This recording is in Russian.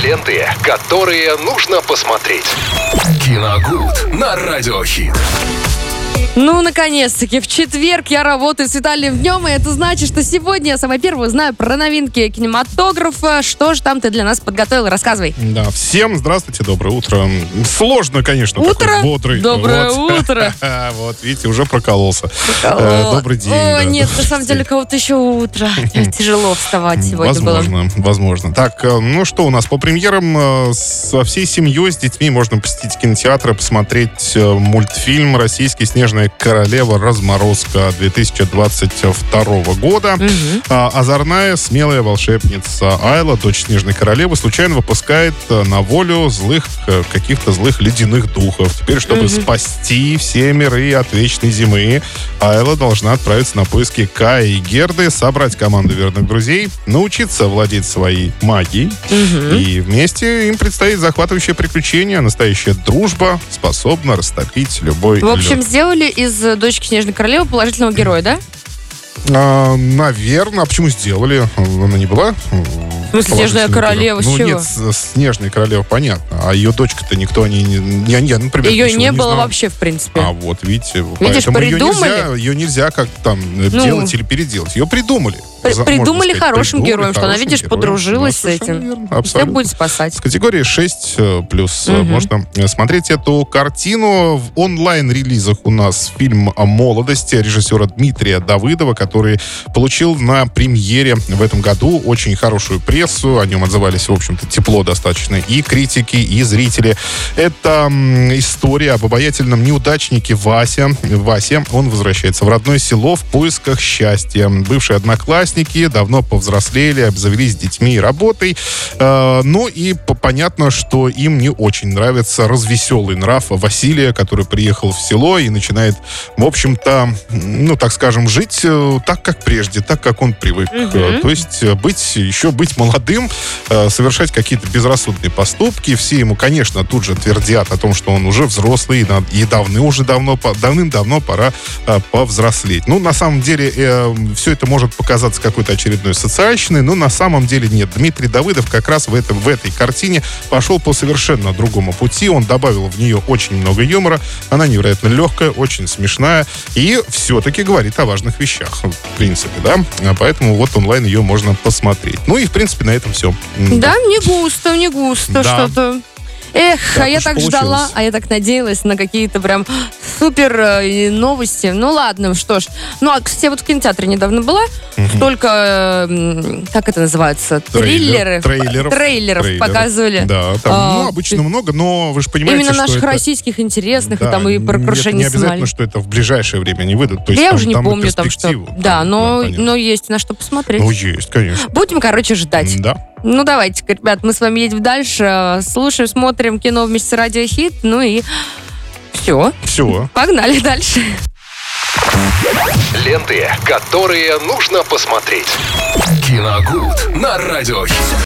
Ленты, которые нужно посмотреть. Киногуд на Радиохит. Ну, наконец-таки, в четверг я работаю с Виталием днем, и это значит, что сегодня я самое первое узнаю про новинки кинематографа. Что же там ты для нас подготовил? Рассказывай. Да, всем здравствуйте, доброе утро. Сложно, конечно, утро? Такой бодрый. Доброе утро. Вот, видите, уже прокололся. Добрый день. О, нет, на самом деле, кого-то еще утро. Тяжело вставать сегодня было. Возможно. Так, ну что у нас по премьерам? Со всей семьей, с детьми можно посетить кинотеатры, посмотреть мультфильм российский «Снежная королева. Разморозка» 2022 года. Озорная, смелая волшебница Айла, дочь Снежной королевы, случайно выпускает на волю каких-то злых ледяных духов. Теперь, чтобы спасти все миры от вечной зимы, Айла должна отправиться на поиски Кая и Герды, собрать команду верных друзей, научиться владеть своей магией. И вместе им предстоит захватывающее приключение. Настоящая дружба способна растопить любой лед. В общем, сделали из дочки Снежной королевы положительного героя, да? Наверное. А почему сделали? Она не была? В смысле, Снежная королева, с чего? Нет, Снежная королева, понятно. А ее дочка-то никто например, ее не было знал. вообще, в принципе. А вот, видите, Видишь, поэтому придумали. ее нельзя как-то там делать или переделать. Ее придумали. Придумали хорошим героем, что она, видишь, подружилась с этим. Все будет спасать. С категории 6+. Можно смотреть эту картину. В онлайн-релизах у нас фильм о молодости режиссера Дмитрия Давыдова, который получил на премьере в этом году очень хорошую прессу. О нем отзывались, в общем-то, тепло достаточно и критики, и зрители. Это история об обаятельном неудачнике Васе. Он возвращается в родное село в поисках счастья. Бывшие одноклассники давно повзрослели, обзавелись детьми и работой. Ну и понятно, что им не очень нравится развеселый нрав Василия, который приехал в село и начинает, в общем-то, ну, так скажем, жить так, как прежде, так, как он привык. То есть быть молодым, совершать какие-то безрассудные поступки. Все ему, конечно, тут же твердят о том, что он уже взрослый и давным-давно пора повзрослеть. Ну, на самом деле, все это может показаться какой-то очередной социальщиной, но на самом деле нет. Дмитрий Давыдов как раз в этой картине пошел по совершенно другому пути. Он добавил в нее очень много юмора. Она невероятно легкая, очень смешная и все-таки говорит о важных вещах, в принципе, да. Поэтому вот онлайн ее можно посмотреть. Ну и, в принципе, на этом все. Да, не густо что-то. Эх, так я так ждала, а я так надеялась на какие-то прям супер новости. Ну ладно, что ж. Ну, а, кстати, я вот в кинотеатре недавно была. Столько, как это называется? Трейлеров показывали. Да, там обычно много, но вы же понимаете, именно что наших это... российских интересных, Да, и там и про крушение не обязательно, Сомали. что это в ближайшее время не выйдут. То есть, Я там, уже не там помню, там что. Да, но есть на что посмотреть. Ну, есть, конечно. Будем, короче, ждать. Да. Ну, давайте, ребят, мы с вами едем дальше. Слушаем, смотрим кино вместе с Радиохит. Ну и все. Погнали дальше. Ленты, которые нужно посмотреть. Киногуд на Радиохит.